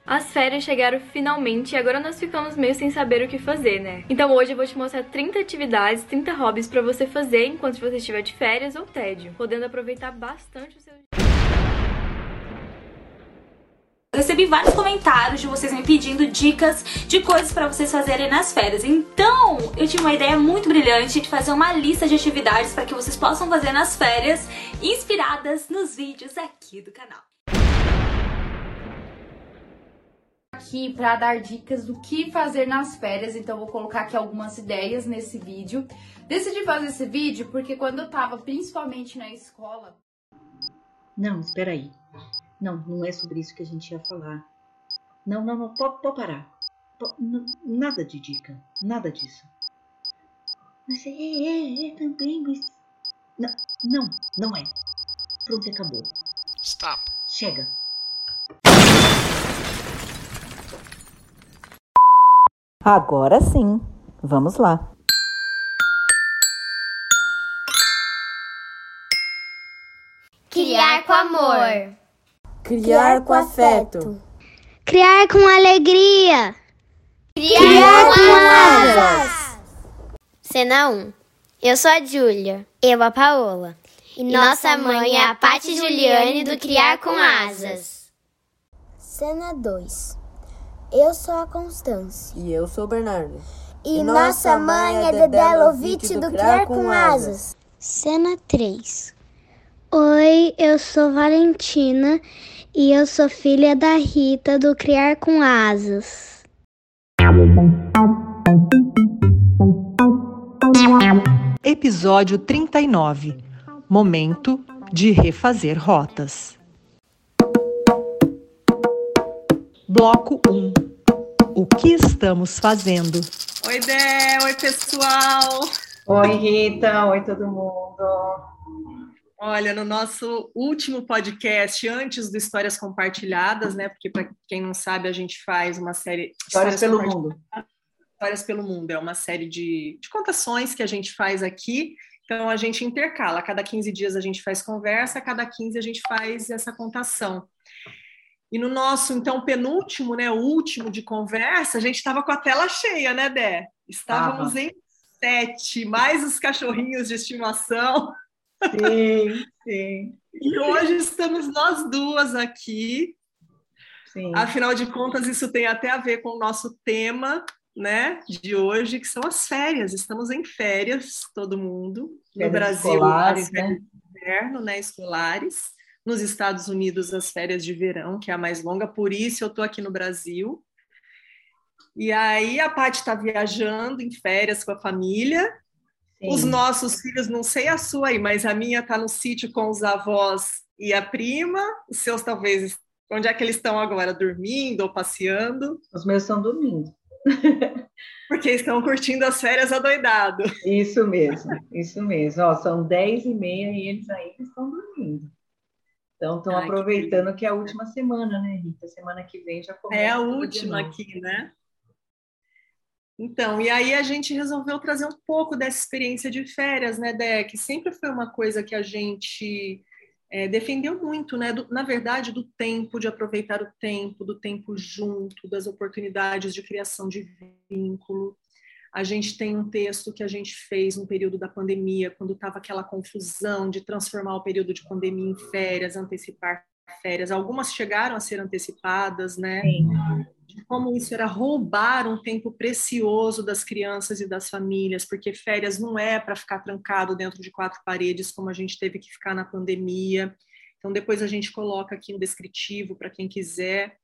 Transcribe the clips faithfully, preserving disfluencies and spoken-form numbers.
As férias chegaram finalmente e agora nós ficamos meio sem saber o que fazer, né? Então hoje eu vou te mostrar trinta atividades, trinta hobbies pra você fazer enquanto você estiver de férias ou tédio, podendo aproveitar bastante o seu... Eu recebi vários comentários de vocês me pedindo dicas de coisas pra vocês fazerem nas férias. Então, eu tive uma ideia muito brilhante de fazer uma lista de atividades para que vocês possam fazer nas férias, inspiradas nos vídeos aqui do canal. Aqui para dar dicas do que fazer nas férias, então vou colocar aqui algumas ideias nesse vídeo. Decidi fazer esse vídeo porque quando eu tava principalmente na escola... Não, espera aí. Não, não é sobre isso que a gente ia falar. Não, não, não, pode, pode parar. Pode, não, nada de dica, nada disso. Mas é, é, é também, mas... Não, não, não é. Pronto, acabou. Stop. Chega. Agora sim, vamos lá. Criar com amor. Criar com afeto. Criar com alegria. Criar, Criar com, com asas. Cena um. Eu sou a Júlia. Eu a Paola. E, e nossa mãe é a Paty Juliane do Criar com Asas. Cena dois. Eu sou a Constância. E eu sou o Bernardo. E, e nossa mãe é Dedé Lovitch do Criar com Asas. Cena três. Oi, eu sou Valentina e eu sou filha da Rita do Criar com Asas. Episódio trinta e nove. Momento de refazer rotas. Bloco um. O que estamos fazendo? Oi, Dé. Oi, pessoal. Oi, Rita. Oi, todo mundo. Olha, no nosso último podcast, antes do Histórias Compartilhadas, né? Porque, para quem não sabe, a gente faz uma série... Histórias, Histórias pelo Mundo. Histórias pelo Mundo. É uma série de, de contações que a gente faz aqui. Então, a gente intercala. A cada quinze dias a gente faz conversa, a cada quinze a gente faz essa contação. E no nosso, então, penúltimo, né, o último de conversa, a gente estava com a tela cheia, né, Dé? Estávamos ah. em sete, mais os cachorrinhos de estimação. Sim, sim. E hoje estamos nós duas aqui. Sim. Afinal de contas, isso tem até a ver com o nosso tema, né, de hoje, que são as férias. Estamos em férias, todo mundo. Férias no Brasil, escolares, as férias né? de inverno, né, escolares. Nos Estados Unidos, as férias de verão, que é a mais longa, por isso eu estou aqui no Brasil. E aí a Paty está viajando em férias com a família. Sim. Os nossos filhos, não sei a sua aí, mas a minha está no sítio com os avós e a prima. Os seus, talvez, onde é que eles estão agora? Dormindo ou passeando? Os meus estão dormindo. Porque estão curtindo as férias adoidado. Isso mesmo, isso mesmo. Ó, são dez e meia e eles ainda estão dormindo. Então, estão aproveitando que... que é a última semana, né, Rita? Semana que vem já começa. É a última aqui, né? Então, e aí a gente resolveu trazer um pouco dessa experiência de férias, né, Dé? Que sempre foi uma coisa que a gente é, defendeu muito, né? Do, na verdade, do tempo, de aproveitar o tempo, do tempo junto, das oportunidades de criação de vínculo. A gente tem um texto que a gente fez no período da pandemia, quando estava aquela confusão de transformar o período de pandemia em férias, antecipar férias. Algumas chegaram a ser antecipadas, né? Sim. De como isso era roubar um tempo precioso das crianças e das famílias, porque férias não é para ficar trancado dentro de quatro paredes, como a gente teve que ficar na pandemia. Então, depois a gente coloca aqui no descritivo para quem quiser.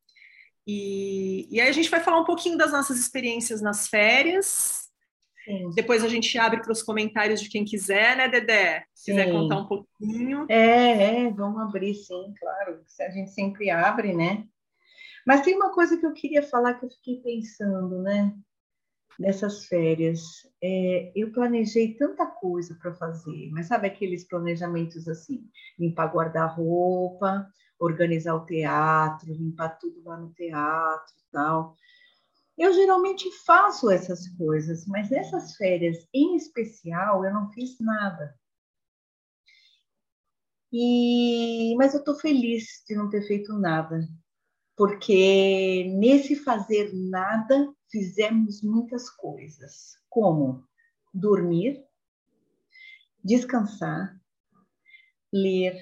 E, e aí a gente vai falar um pouquinho das nossas experiências nas férias. Sim. Depois a gente abre para os comentários de quem quiser, né, Dedé? Se quiser contar um pouquinho. É, é, vamos abrir sim, claro. A gente sempre abre, né? Mas tem uma coisa que eu queria falar que eu fiquei pensando, né? Nessas férias. É, eu planejei tanta coisa para fazer, mas sabe aqueles planejamentos assim? Limpar guarda-roupa, organizar o teatro, limpar tudo lá no teatro e tal. Eu geralmente faço essas coisas, mas nessas férias em especial eu não fiz nada. E... Mas eu estou feliz de não ter feito nada. porque nesse fazer nada fizemos muitas coisas, como dormir, descansar, ler,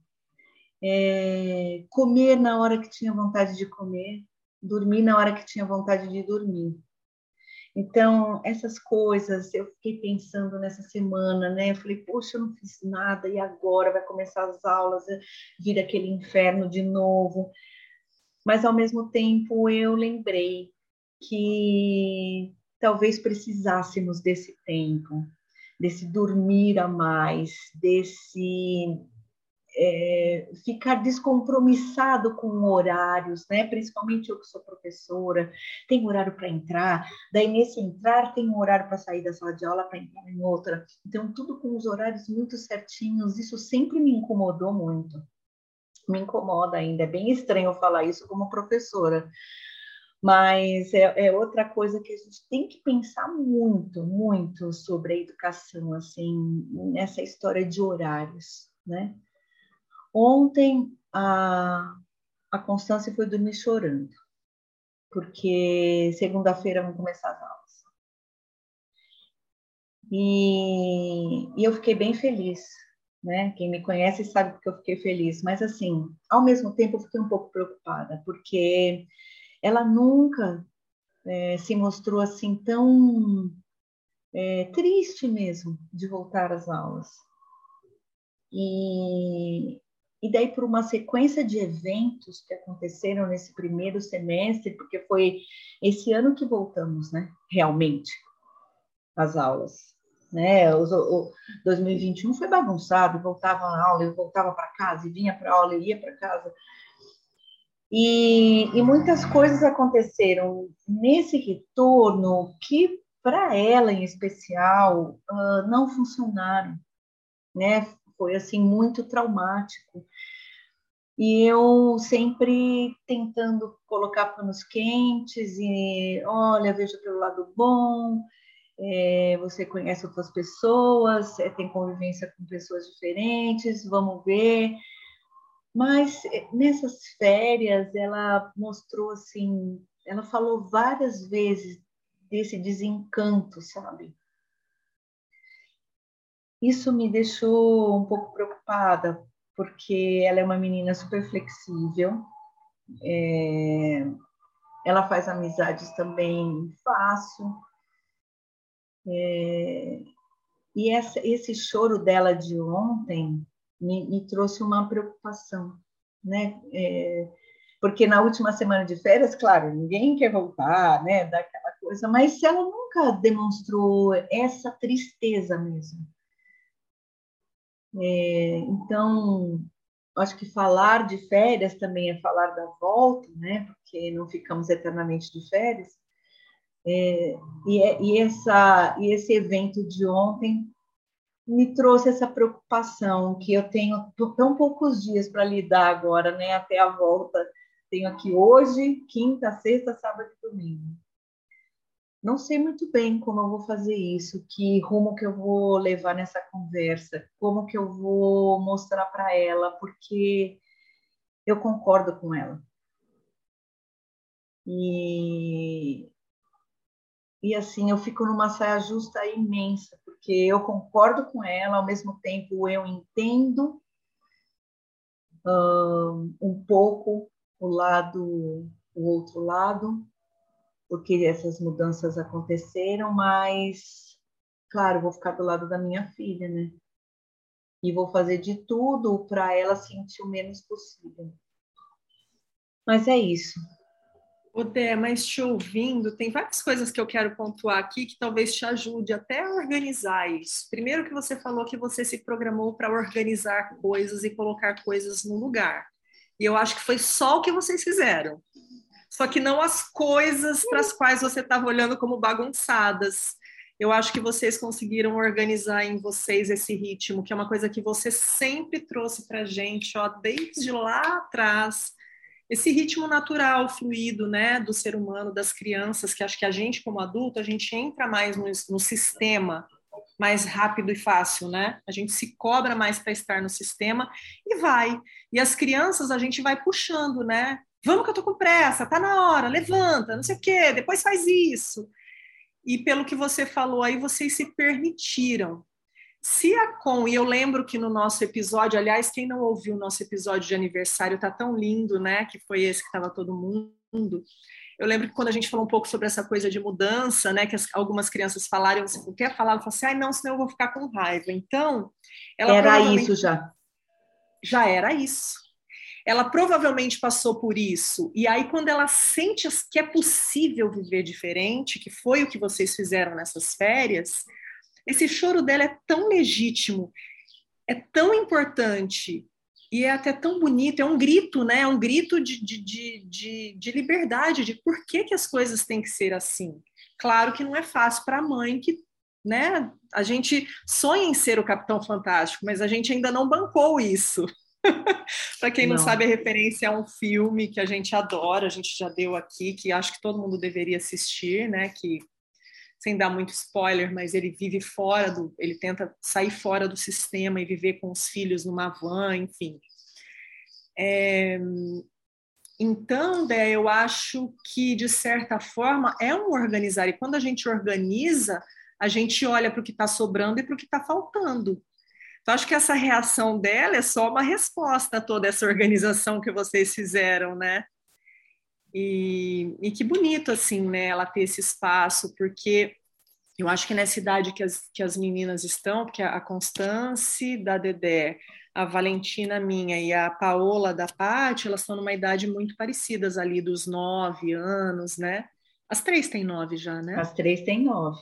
é, comer na hora que tinha vontade de comer, dormir na hora que tinha vontade de dormir. Então, essas coisas, eu fiquei pensando nessa semana, né? Eu falei, poxa, eu não fiz nada, e agora vai começar as aulas, vira aquele inferno de novo. Mas, ao mesmo tempo, eu lembrei que talvez precisássemos desse tempo, desse dormir a mais, desse é, ficar descompromissado com horários, né? Principalmente eu que sou professora, tem horário para entrar, daí nesse entrar tem um horário para sair da sala de aula para entrar em outra. Então, tudo com os horários muito certinhos, isso sempre me incomodou muito. Me incomoda ainda, é bem estranho eu falar isso como professora, mas é, é outra coisa que a gente tem que pensar muito, muito sobre a educação, assim, nessa história de horários, né? Ontem, a, a Constância foi dormir chorando, porque segunda-feira vão começar as aulas. E, e eu fiquei bem feliz, né? Quem me conhece sabe que eu fiquei feliz, mas assim, ao mesmo tempo eu fiquei um pouco preocupada, porque ela nunca é, se mostrou assim tão é, triste mesmo de voltar às aulas. E, e daí, por uma sequência de eventos que aconteceram nesse primeiro semestre, porque foi esse ano que voltamos, né, realmente, às aulas. Né? O, o dois mil e vinte e um foi bagunçado, voltava à aula, eu voltava para casa, e vinha para a aula, e ia para casa. E, e muitas coisas aconteceram nesse retorno que, para ela em especial, uh, não funcionaram, né? Foi, assim, muito traumático. E eu sempre tentando colocar panos quentes e, olha, veja pelo lado bom, é, você conhece outras pessoas, é, tem convivência com pessoas diferentes, vamos ver. Mas nessas férias, ela mostrou, assim, ela falou várias vezes desse desencanto, sabe? Isso me deixou um pouco preocupada, porque ela é uma menina super flexível, é, ela faz amizades também fácil, é, e essa, esse choro dela de ontem me, me trouxe uma preocupação, né? É, porque na última semana de férias, claro, ninguém quer voltar, né? Daquela coisa, mas ela nunca demonstrou essa tristeza mesmo. É, então, acho que falar de férias também é falar da volta, né? Porque não ficamos eternamente de férias. É, e, e, essa, e esse evento de ontem me trouxe essa preocupação, que eu tenho tão poucos dias para lidar agora, né? Até a volta. Tenho aqui hoje, quinta, sexta, sábado e domingo. Não sei muito bem como eu vou fazer isso, que rumo que eu vou levar nessa conversa, como que eu vou mostrar para ela, porque eu concordo com ela. E, e assim, eu fico numa saia justa imensa, porque eu concordo com ela, ao mesmo tempo eu entendo um, um pouco o lado, o outro lado, porque essas mudanças aconteceram, mas, claro, vou ficar do lado da minha filha, né? E vou fazer de tudo para ela sentir o menos possível. Mas é isso. Ô, Dé, mas te ouvindo, tem várias coisas que eu quero pontuar aqui que talvez te ajude até a organizar isso. Primeiro que você falou que você se programou para organizar coisas e colocar coisas no lugar. E eu acho que foi só o que vocês fizeram. Só que não as coisas para as quais você estava olhando como bagunçadas. Eu acho que vocês conseguiram organizar em vocês esse ritmo, que é uma coisa que você sempre trouxe para a gente, ó, desde lá atrás. Esse ritmo natural, fluido, né, do ser humano, das crianças, que acho que a gente, como adulto, a gente entra mais no, no sistema, mais rápido e fácil, né? A gente se cobra mais para estar no sistema e vai. E as crianças a gente vai puxando, né? vamos que eu tô com pressa, tá na hora, levanta, não sei o quê, depois faz isso. E pelo que você falou aí, vocês se permitiram. Se a Com, e eu lembro que no nosso episódio, aliás, quem não ouviu o nosso episódio de aniversário, tá tão lindo, né, que foi esse que estava todo mundo. Eu lembro que quando a gente falou um pouco sobre essa coisa de mudança, né, que as, algumas crianças falaram, você quer falar? Ela falou assim, ai não, senão eu vou ficar com raiva. Então, ela era isso já. Já era isso. Ela provavelmente passou por isso, e aí quando ela sente que é possível viver diferente, que foi o que vocês fizeram nessas férias, esse choro dela é tão legítimo, é tão importante, e é até tão bonito, é um grito, né? É um grito de, de, de, de, de liberdade, de por que, que as coisas têm que ser assim. Claro que não é fácil para a mãe, que, né? A gente sonha em ser o Capitão Fantástico, mas a gente ainda não bancou isso. Para quem não, não sabe, a referência é um filme que a gente adora, a gente já deu aqui, que acho que todo mundo deveria assistir, né? Que, sem dar muito spoiler, mas ele vive fora do, ele tenta sair fora do sistema e viver com os filhos numa van, enfim. É, então, Dé, eu acho que, de certa forma, é um organizar, e quando a gente organiza, a gente olha para o que está sobrando e para o que está faltando. Então, acho que essa reação dela é só uma resposta a toda essa organização que vocês fizeram, né? E, e que bonito, assim, né, ela ter esse espaço, porque eu acho que nessa idade que as, que as meninas estão, porque a Constance da Dedé, a Valentina minha e a Paola da Paty, elas estão numa idade muito parecidas ali, dos nove anos, né? As três têm nove já, né? As três têm nove.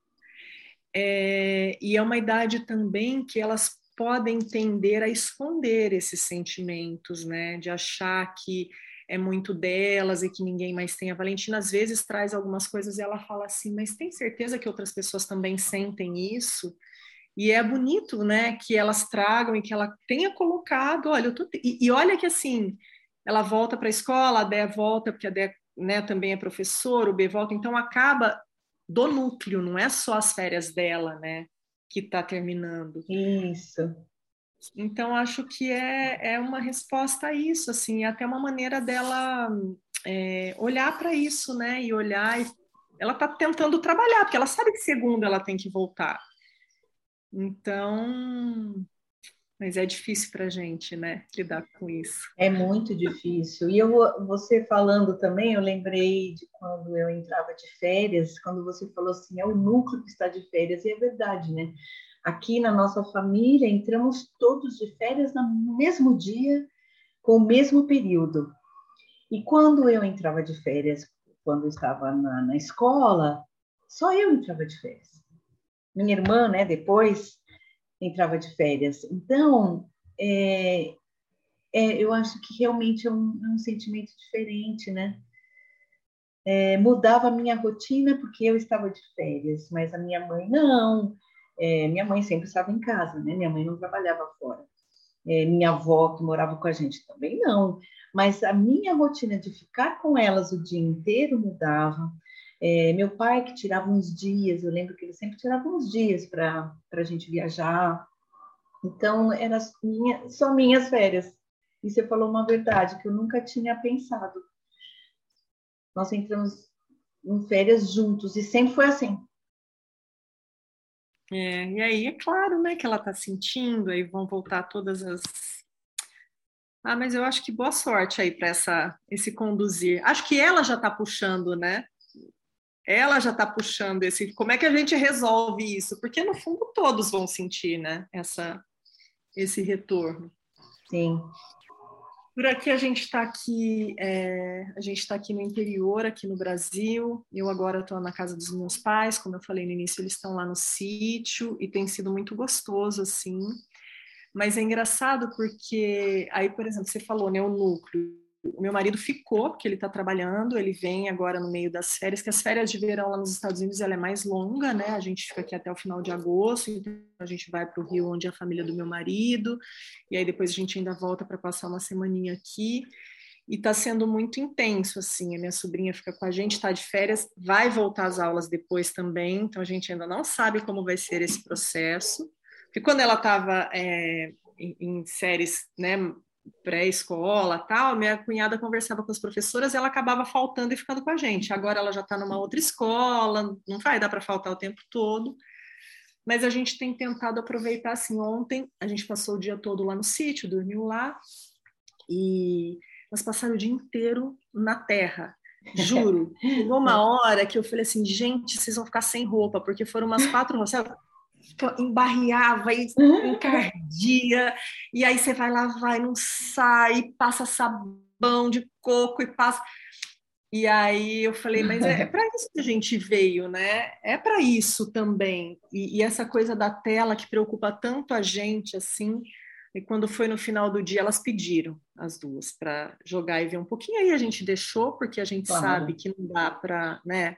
É, e é uma idade também que elas podem tender a esconder esses sentimentos, né? De achar que é muito delas e que ninguém mais tem. A Valentina às vezes traz algumas coisas e ela fala assim, mas tem certeza que outras pessoas também sentem isso? E é bonito, né, que elas tragam e que ela tenha colocado, olha, eu tô... e, e olha que assim, ela volta para a escola, a Dé volta, porque a Dé, né, também é professora, o B volta, então acaba do núcleo, não é só as férias dela, né, que está terminando. Isso. Então, acho que é, é uma resposta a isso, assim, é até uma maneira dela é, olhar para isso, né, e olhar, e ela está tentando trabalhar, porque ela sabe que segunda ela tem que voltar. Então, mas é difícil para a gente, né, lidar com isso. É muito difícil. E eu, você falando também, eu lembrei de quando eu entrava de férias, quando você falou assim, é o núcleo que está de férias, e é verdade, né? Aqui na nossa família, entramos todos de férias no mesmo dia, com o mesmo período. E quando eu entrava de férias, quando eu estava na, na escola, só eu entrava de férias. Minha irmã, né, depois entrava de férias. Então, é, é, eu acho que realmente é um, é um sentimento diferente, né? É, mudava a minha rotina porque eu estava de férias, mas a minha mãe não. É, minha mãe sempre estava em casa, né? Minha mãe não trabalhava fora. É, minha avó, que morava com a gente, também não. Mas a minha rotina de ficar com elas o dia inteiro mudava. É, meu pai, que tirava uns dias, eu lembro que ele sempre tirava uns dias para a gente viajar. Então, eram minha, só minhas férias. E você falou uma verdade que eu nunca tinha pensado. Nós entramos em férias juntos e sempre foi assim. É, e aí é claro, né, que ela está sentindo, aí vão voltar todas as... Ah, mas eu acho que boa sorte aí para essa esse conduzir. Acho que ela já está puxando, né? Ela já está puxando esse... Como é que a gente resolve isso? Porque, no fundo, todos vão sentir, né, essa, esse retorno. Sim. Por aqui a gente está aqui, é, a gente está aqui no interior, aqui no Brasil. Eu agora estou na casa dos meus pais, como eu falei no início, eles estão lá no sítio e tem sido muito gostoso, assim. Mas é engraçado porque, aí, por exemplo, você falou, né, o núcleo. O meu marido ficou, porque ele está trabalhando, ele vem agora no meio das férias, que as férias de verão lá nos Estados Unidos ela é mais longa, né? A gente fica aqui até o final de agosto, então a gente vai para o Rio, onde é a família do meu marido, e aí depois a gente ainda volta para passar uma semaninha aqui, e está sendo muito intenso, assim, a minha sobrinha fica com a gente, está de férias, vai voltar às aulas depois também, então a gente ainda não sabe como vai ser esse processo, porque quando ela estava é, em, em séries, né, pré-escola, tal, minha cunhada conversava com as professoras, ela acabava faltando e ficando com a gente. Agora ela já está numa outra escola, não vai dar para faltar o tempo todo. Mas a gente tem tentado aproveitar, assim, ontem a gente passou o dia todo lá no sítio, dormiu lá, e nós passamos o dia inteiro na terra, juro. Chegou uma hora que eu falei assim, gente, vocês vão ficar sem roupa, porque foram umas quatro roupas, embarreava e encardia, e aí você vai lavar e não sai, passa sabão de coco e passa... E aí eu falei, mas é, é para isso que a gente veio, né? É para isso também. E, e essa coisa da tela que preocupa tanto a gente, assim, e quando foi no final do dia, elas pediram, as duas, para jogar e ver um pouquinho. Aí a gente deixou, porque a gente claro. sabe que não dá para, né?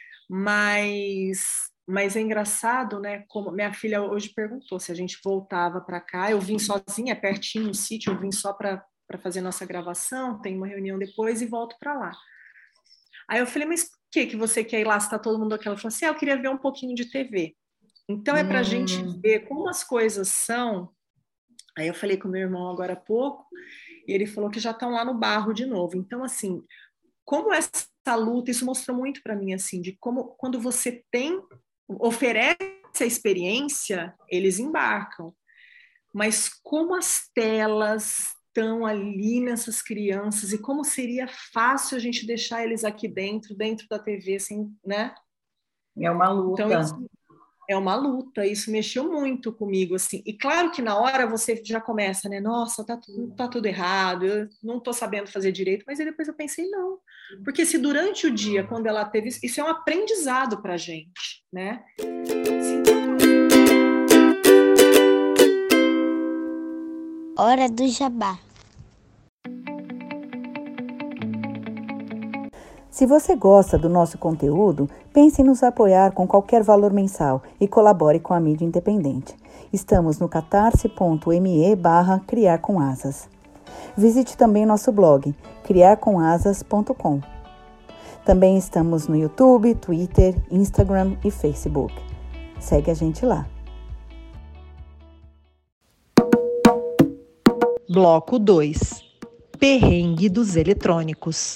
Mas, mas é engraçado, né? Como minha filha hoje perguntou se a gente voltava para cá. Eu vim sozinha, pertinho no sítio, eu vim só para fazer nossa gravação, tem uma reunião depois e volto para lá. Aí eu falei, mas por que, que você quer ir lá se está todo mundo aqui? Ela falou assim, ah, eu queria ver um pouquinho de T V. Então é para a hum. gente ver como as coisas são. Aí eu falei com meu irmão agora há pouco, e ele falou que já estão lá no barro de novo. Então, assim, como essa luta, isso mostrou muito para mim, assim, de como quando você tem, oferece a experiência, eles embarcam. Mas como as telas... estão ali nessas crianças e como seria fácil a gente deixar eles aqui dentro, dentro da T V, assim, né? É uma luta. Então, isso é uma luta, isso mexeu muito comigo, assim. E claro que na hora você já começa, né? Nossa, tá, tá tudo errado, eu não tô sabendo fazer direito, mas aí depois eu pensei, não. Porque se durante o dia, quando ela teve... Isso é um aprendizado pra gente, né? Hora do jabá. Se você gosta do nosso conteúdo, pense em nos apoiar com qualquer valor mensal e colabore com a mídia independente. Estamos no catarse.me barra criar com asas. Visite também nosso blog, criar com asas ponto com. Também estamos no YouTube, Twitter, Instagram e Facebook. Segue a gente lá. Bloco dois. Perrengue dos eletrônicos.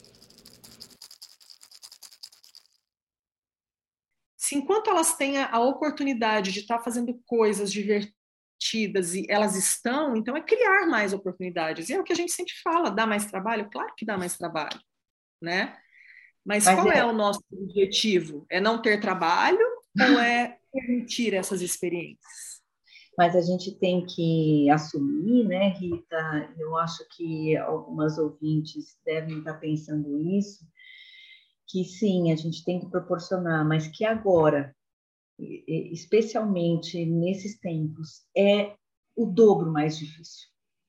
Se enquanto elas têm a oportunidade de estar fazendo coisas divertidas e elas estão, então é criar mais oportunidades. E é o que a gente sempre fala, dá mais trabalho? Claro que dá mais trabalho, né? Mas, Mas qual é... é o nosso objetivo? É não ter trabalho ou é permitir essas experiências? Mas a gente tem que assumir, né, Rita? Eu acho que algumas ouvintes devem estar pensando isso, que sim, a gente tem que proporcionar, mas que agora, especialmente nesses tempos, é o dobro mais difícil.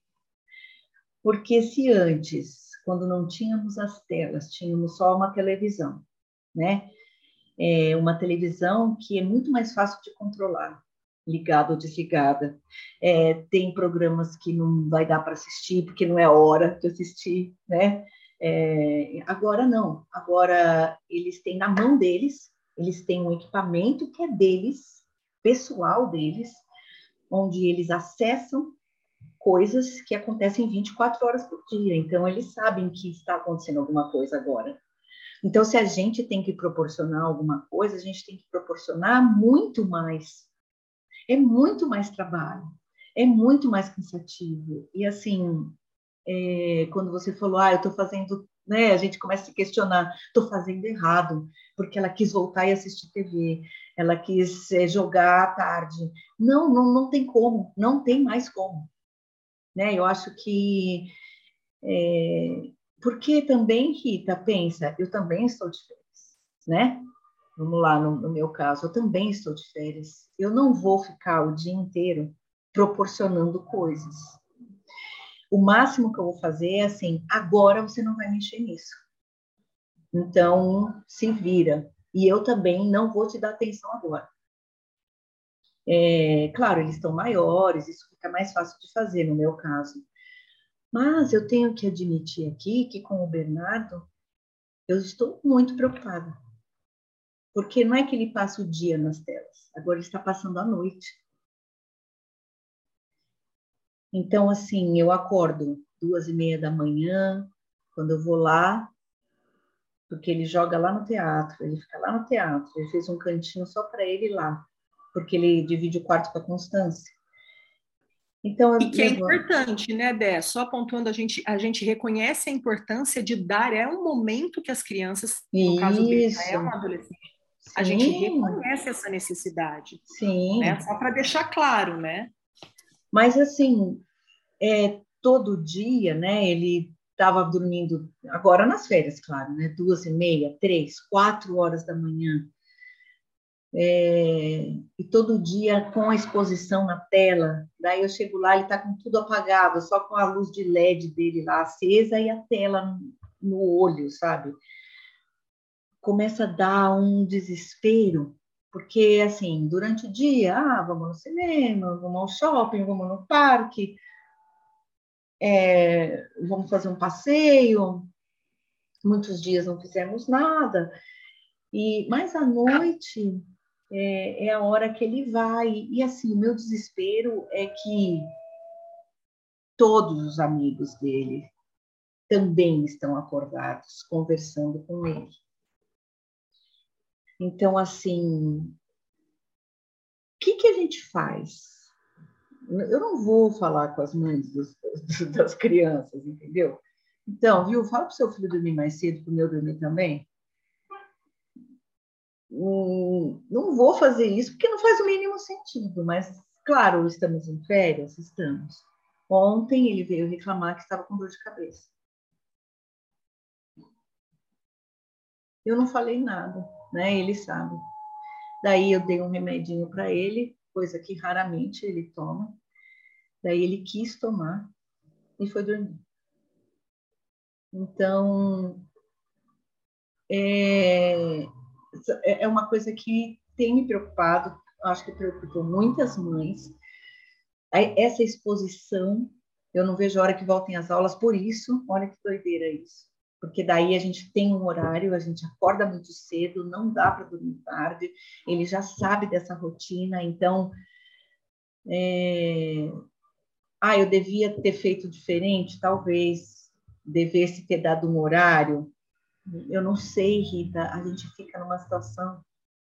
Porque se antes, quando não tínhamos as telas, tínhamos só uma televisão, né? É uma televisão que é muito mais fácil de controlar, ligada ou desligada. É, tem programas que não vai dar para assistir, porque não é hora de assistir, né? É, agora não, agora eles têm na mão deles, eles têm um equipamento que é deles, pessoal deles, onde eles acessam coisas que acontecem vinte e quatro horas por dia, então eles sabem que está acontecendo alguma coisa agora. Então, se a gente tem que proporcionar alguma coisa, a gente tem que proporcionar muito mais. É muito mais trabalho, é muito mais cansativo. E assim, é, quando você falou, ah, eu estou fazendo, né? A gente começa a se questionar, estou fazendo errado, porque ela quis voltar e assistir T V, ela quis é, jogar à tarde. Não, não, não tem como, não tem mais como. Né? Eu acho que... É, porque também, Rita, pensa, eu também estou de férias, né? Vamos lá, no, no meu caso, eu também estou de férias. Eu não vou ficar o dia inteiro proporcionando coisas. O máximo que eu vou fazer é assim, agora você não vai mexer nisso. Então, se vira. E eu também não vou te dar atenção agora. É, claro, eles estão maiores, isso fica mais fácil de fazer no meu caso. Mas eu tenho que admitir aqui que com o Bernardo, eu estou muito preocupada. Porque não é que ele passa o dia nas telas, agora ele está passando a noite. Então, assim, eu acordo duas e meia da manhã, quando eu vou lá, porque ele joga lá no teatro, ele fica lá no teatro, ele fez um cantinho só para ele lá, porque ele divide o quarto com a Constância. Então, e que é importante, né, Dé? Só pontuando, a gente, a gente reconhece a importância de dar, é um momento que as crianças, no Isso. caso dele, é um adolescente, Sim. A gente reconhece essa necessidade. Sim. Né? Só para deixar claro, né? Mas, assim, é, todo dia, né, ele estava dormindo, agora nas férias, claro, né, duas e meia, três, quatro horas da manhã, é, e todo dia com a exposição na tela. Daí eu chego lá, ele está com tudo apagado, só com a luz de L E D dele lá acesa e a tela no, no olho, sabe? Começa a dar um desespero, porque, assim, durante o dia, ah, vamos no cinema, vamos ao shopping, vamos no parque, é, vamos fazer um passeio. Muitos dias não fizemos nada, e mas à noite é, é a hora que ele vai. E, assim, o meu desespero é que todos os amigos dele também estão acordados, conversando com ele. Então, assim, o que, que a gente faz? Eu não vou falar com as mães dos, das crianças, entendeu? Então, viu? Fala para o seu filho dormir mais cedo, para o meu dormir também. Hum, não vou fazer isso, porque não faz o mínimo sentido, mas, claro, estamos em férias, estamos. Ontem ele veio reclamar que estava com dor de cabeça. Eu não falei nada, né? Ele sabe. Daí eu dei um remedinho para ele, coisa que raramente ele toma. Daí ele quis tomar e foi dormir. Então, é, é uma coisa que tem me preocupado, acho que preocupou muitas mães. Essa exposição, eu não vejo a hora que voltem as aulas por isso. Olha que doideira isso. Porque daí a gente tem um horário, a gente acorda muito cedo, não dá para dormir tarde, ele já sabe dessa rotina, então... É... Ah, eu devia ter feito diferente, talvez devesse ter dado um horário. Eu não sei, Rita, a gente fica numa situação...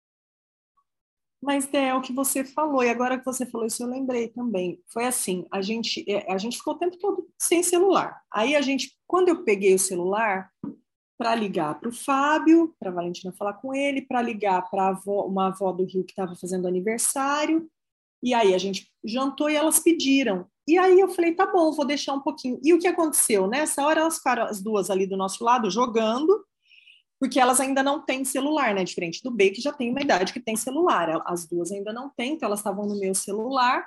Mas é o que você falou, e agora que você falou isso eu lembrei também. Foi assim, a gente, a gente ficou o tempo todo sem celular. Aí a gente, quando eu peguei o celular, para ligar para o Fábio, para a Valentina falar com ele, para ligar para uma avó do Rio que estava fazendo aniversário, e aí a gente jantou e elas pediram. E aí eu falei, tá bom, vou deixar um pouquinho. E o que aconteceu? Nessa hora elas ficaram as duas ali do nosso lado jogando, porque elas ainda não têm celular, né? Diferente do B, que já tem uma idade que tem celular. As duas ainda não têm, então elas estavam no meu celular.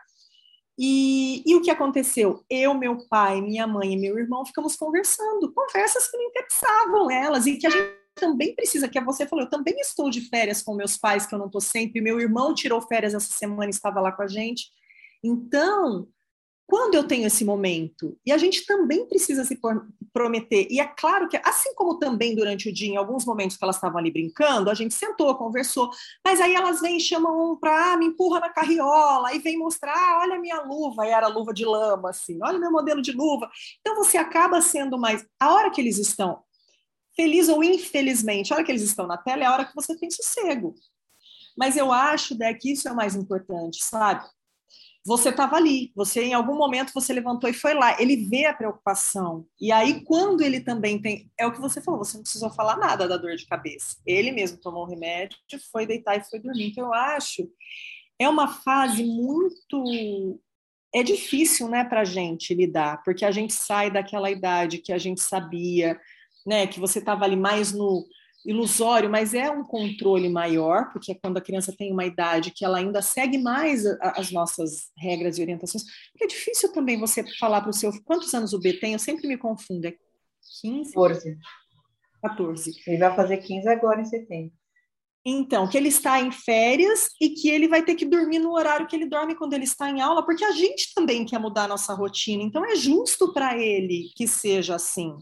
E, e o que aconteceu? Eu, meu pai, minha mãe e meu irmão ficamos conversando, conversas que não interessavam elas, e que a gente também precisa, que você falou, eu também estou de férias com meus pais, que eu não estou sempre, meu irmão tirou férias essa semana e estava lá com a gente. Então... Quando eu tenho esse momento, e a gente também precisa se prometer, e é claro que, assim como também durante o dia, em alguns momentos que elas estavam ali brincando, a gente sentou, conversou, mas aí elas vêm e chamam um para, ah, me empurra na carriola, e vem mostrar, ah, olha a minha luva, e era luva de lama, assim, olha o meu modelo de luva. Então você acaba sendo mais, a hora que eles estão, feliz ou infelizmente, a hora que eles estão na tela é a hora que você tem sossego. Mas eu acho, Dé, que isso é o mais importante, sabe? Você estava ali, você em algum momento você levantou e foi lá, ele vê a preocupação, e aí quando ele também tem, é o que você falou, você não precisou falar nada da dor de cabeça, ele mesmo tomou o remédio, foi deitar e foi dormir. Então eu acho, é uma fase muito, é difícil, né, pra gente lidar, porque a gente sai daquela idade que a gente sabia, né, que você estava ali mais no ilusório, mas é um controle maior, porque é quando a criança tem uma idade que ela ainda segue mais a, as nossas regras e orientações, porque é difícil também você falar para o seu... Quantos anos o B tem? Eu sempre me confundo. É quinze? quatorze. quatorze. Ele vai fazer quinze agora em setembro. Então, que ele está em férias e que ele vai ter que dormir no horário que ele dorme quando ele está em aula, porque a gente também quer mudar a nossa rotina, então é justo para ele que seja assim.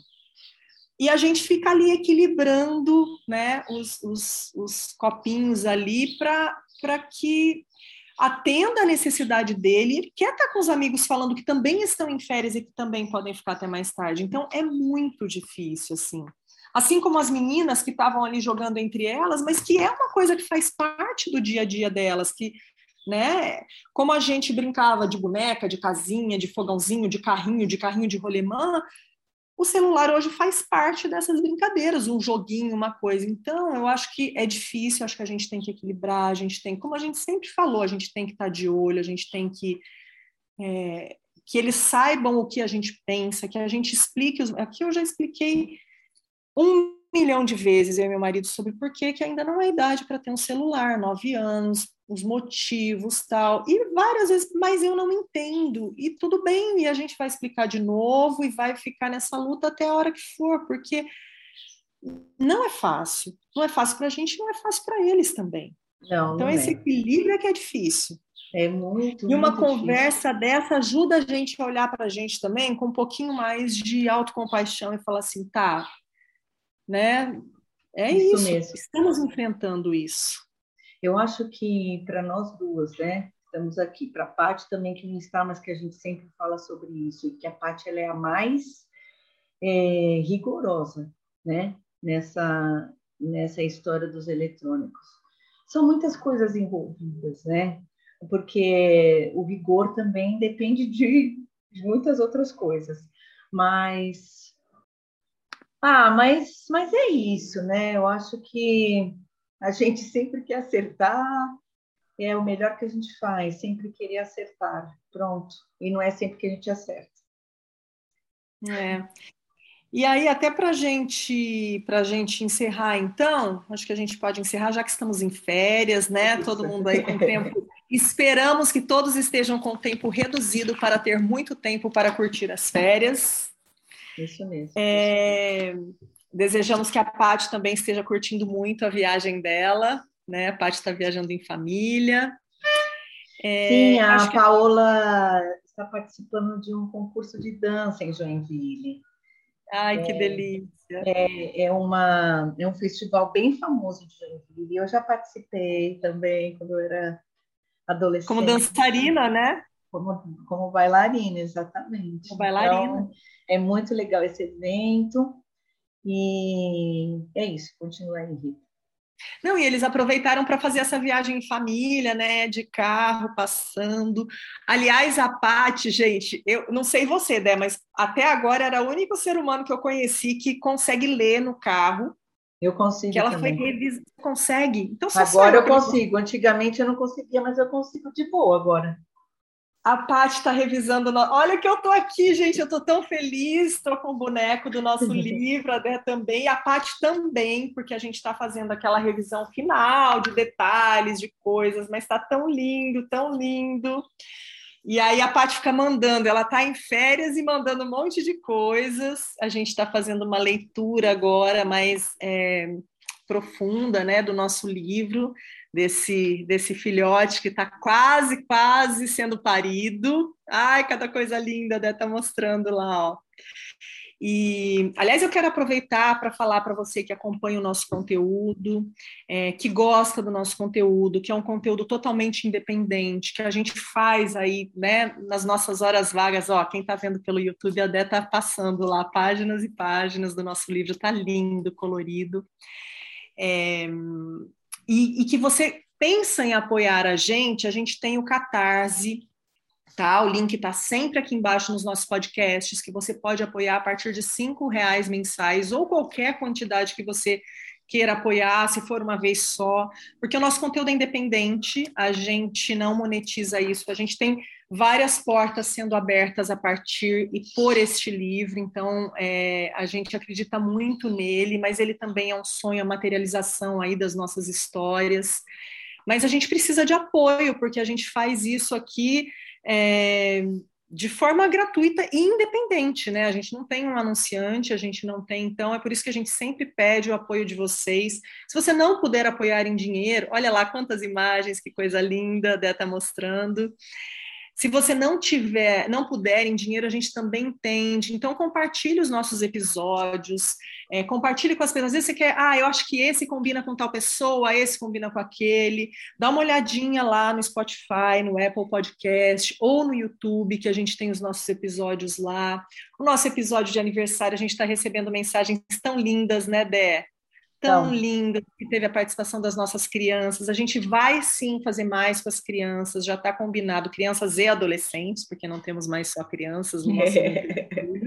E a gente fica ali equilibrando, né, os, os, os copinhos ali para que atenda a necessidade dele, ele quer estar com os amigos falando que também estão em férias e que também podem ficar até mais tarde. Então, é muito difícil, assim. Assim como as meninas que estavam ali jogando entre elas, mas que é uma coisa que faz parte do dia a dia delas, que, né, como a gente brincava de boneca, de casinha, de fogãozinho, de carrinho, de carrinho de rolemã, o celular hoje faz parte dessas brincadeiras, um joguinho, uma coisa. Então, eu acho que é difícil, acho que a gente tem que equilibrar, a gente tem, como a gente sempre falou, a gente tem que estar de olho, a gente tem que... É, que eles saibam o que a gente pensa, que a gente explique... Os, aqui eu já expliquei um milhão de vezes, eu e meu marido, sobre por que que ainda não é idade para ter um celular, nove anos, os motivos, tal, e várias vezes, mas eu não entendo, e tudo bem, e a gente vai explicar de novo, e vai ficar nessa luta até a hora que for, porque não é fácil, não é fácil para a gente, não é fácil para eles também. Não, então não esse é. equilíbrio é que é difícil. É muito, E uma muito conversa difícil. dessa ajuda a gente a olhar para a gente também com um pouquinho mais de autocompaixão e falar assim, tá, né? É Isso isso, mesmo. Estamos enfrentando isso. Eu acho que para nós duas, né? Estamos aqui, para a Paty também que não está, mas que a gente sempre fala sobre isso, e que a Paty ela é a mais é, rigorosa, né? Nessa, nessa história dos eletrônicos. São muitas coisas envolvidas, né? Porque o vigor também depende de, de muitas outras coisas. Mas... Ah, mas, mas é isso, né? Eu acho que a gente sempre quer acertar, é o melhor que a gente faz, sempre querer acertar, pronto. E não é sempre que a gente acerta. É. E aí, até para gente, para gente encerrar, então, acho que a gente pode encerrar, já que estamos em férias, né? Isso. Todo mundo aí com tempo. Esperamos que todos estejam com tempo reduzido para ter muito tempo para curtir as férias. Isso mesmo. É, desejamos que a Paty também esteja curtindo muito a viagem dela, né? A Paty está viajando em família. É, Sim, a acho que... Paola está participando de um concurso de dança em Joinville. Ai, que é, delícia! É, é, uma, é um festival bem famoso de Joinville. Eu já participei também quando eu era adolescente. Como dançarina, né? Como, como bailarina, exatamente. Como bailarina. Então, é muito legal esse evento e é isso, continua aí, Rita. Não, e eles aproveitaram para fazer essa viagem em família, né, de carro, passando. Aliás, a Paty, gente, eu não sei você, Dé, mas até agora era o único ser humano que eu conheci que consegue ler no carro. Eu consigo que ela também. foi revisar. Consegue? Então, agora eu consigo. Antigamente eu não conseguia, mas eu consigo de boa agora. A Paty está revisando. No... Olha que eu tô aqui, gente. Eu tô tão feliz. Estou com o boneco do nosso livro, a Dé também. E a Paty também, porque a gente está fazendo aquela revisão final de detalhes, de coisas, mas está tão lindo, tão lindo. E aí a Paty fica mandando. Ela está em férias e mandando um monte de coisas. A gente está fazendo uma leitura agora mais é, profunda, né, do nosso livro. Desse, desse filhote que está quase, quase sendo parido. Ai, cada coisa linda, Dé tá mostrando lá, ó. E, aliás, eu quero aproveitar para falar para você que acompanha o nosso conteúdo, é, que gosta do nosso conteúdo, que é um conteúdo totalmente independente, que a gente faz aí, né, nas nossas horas vagas. Ó, quem está vendo pelo YouTube, a Dé tá passando lá páginas e páginas do nosso livro, tá lindo, colorido. É... E, e que você pensa em apoiar a gente, a gente tem o Catarse, tá? O link está sempre aqui embaixo nos nossos podcasts, que você pode apoiar a partir de cinco reais mensais, ou qualquer quantidade que você queira apoiar, se for uma vez só, porque o nosso conteúdo é independente, a gente não monetiza isso, a gente tem várias portas sendo abertas a partir e por este livro, então é, a gente acredita muito nele, mas ele também é um sonho, a materialização aí das nossas histórias, mas a gente precisa de apoio, porque a gente faz isso aqui é, de forma gratuita e independente, né? A gente não tem um anunciante, a gente não tem, então é por isso que a gente sempre pede o apoio de vocês. Se você não puder apoiar em dinheiro, olha lá quantas imagens, que coisa linda, a Dé tá mostrando. Se você não tiver, não puder em dinheiro, a gente também entende. Então, compartilhe os nossos episódios, É, compartilhe com as pessoas. Às vezes você quer, ah, eu acho que esse combina com tal pessoa, esse combina com aquele. Dá uma olhadinha lá no Spotify, no Apple Podcast ou no YouTube, que a gente tem os nossos episódios lá. O nosso episódio de aniversário, a gente está recebendo mensagens tão lindas, né, Dé? Tão então, lindas, que teve a participação das nossas crianças. A gente vai, sim, fazer mais com as crianças. Já está combinado, crianças e adolescentes, porque não temos mais só crianças no nosso grupo.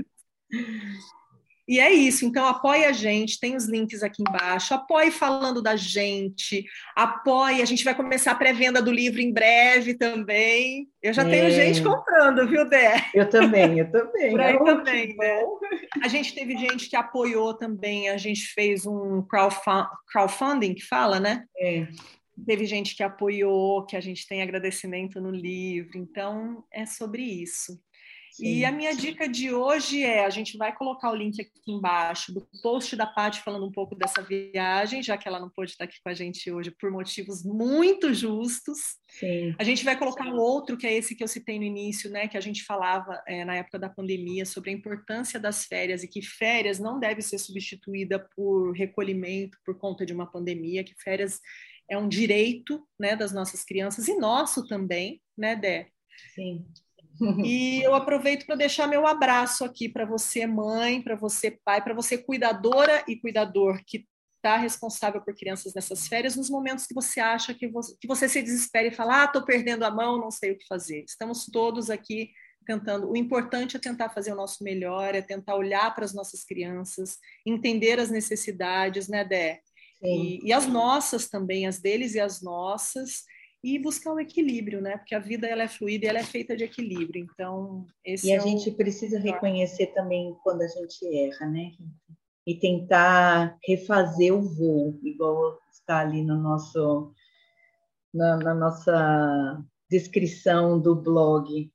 E é isso, então apoie a gente, tem os links aqui embaixo, apoie falando da gente, apoie, a gente vai começar a pré-venda do livro em breve também. Eu já é. tenho gente comprando, viu, Dé? Eu também, eu também. Por aí oh, também, né? A gente teve gente que apoiou também, a gente fez um crowdfunding, que fala, né? É. Teve gente que apoiou, que a gente tem agradecimento no livro, então é sobre isso. Sim. E a minha dica de hoje é, a gente vai colocar o link aqui embaixo do post da Paty falando um pouco dessa viagem, já que ela não pôde estar aqui com a gente hoje por motivos muito justos. Sim. A gente vai colocar um outro, que é esse que eu citei no início, né, que a gente falava é, na época da pandemia sobre a importância das férias e que férias não deve ser substituída por recolhimento por conta de uma pandemia, que férias é um direito, né, das nossas crianças e nosso também, né, Dé? Sim. E eu aproveito para deixar meu abraço aqui para você, mãe, para você, pai, para você, cuidadora e cuidador que está responsável por crianças nessas férias, nos momentos que você acha que você, que você se desespera e fala, ah, estou perdendo a mão, não sei o que fazer. Estamos todos aqui tentando. O importante é tentar fazer o nosso melhor, é tentar olhar para as nossas crianças, entender as necessidades, né, Dé? E, e as nossas também, as deles e as nossas, e buscar o equilíbrio, né? Porque a vida ela é fluida e ela é feita de equilíbrio. Então, esse e é a o... gente precisa reconhecer também quando a gente erra, né? E tentar refazer o voo, igual está ali no nosso, na, na nossa descrição do blog.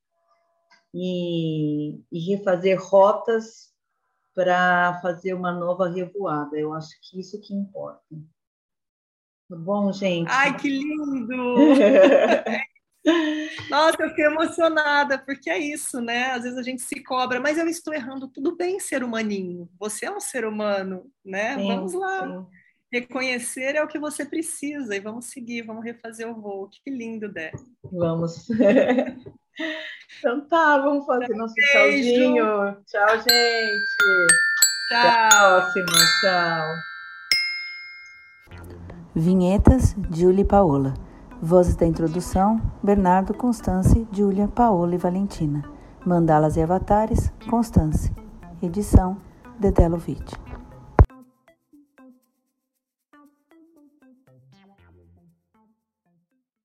E, e refazer rotas para fazer uma nova revoada. Eu acho que isso que importa. Tá bom, gente? Ai, que lindo! Nossa, eu fiquei emocionada, porque é isso, né? Às vezes a gente se cobra, mas eu estou errando. Tudo bem, ser humaninho. Você é um ser humano, né? Sim, vamos lá. Sim. Reconhecer é o que você precisa e vamos seguir, vamos refazer o voo. Que lindo, Dé. Vamos. Então tá, vamos fazer nosso tchauzinho. Tchau, gente. Tchau. Até a próxima. Tchau. Vinhetas, Júlia e Paola. Vozes da introdução, Bernardo, Constance, Júlia, Paola e Valentina. Mandalas e avatares, Constance. Edição, Dedé Lovitch.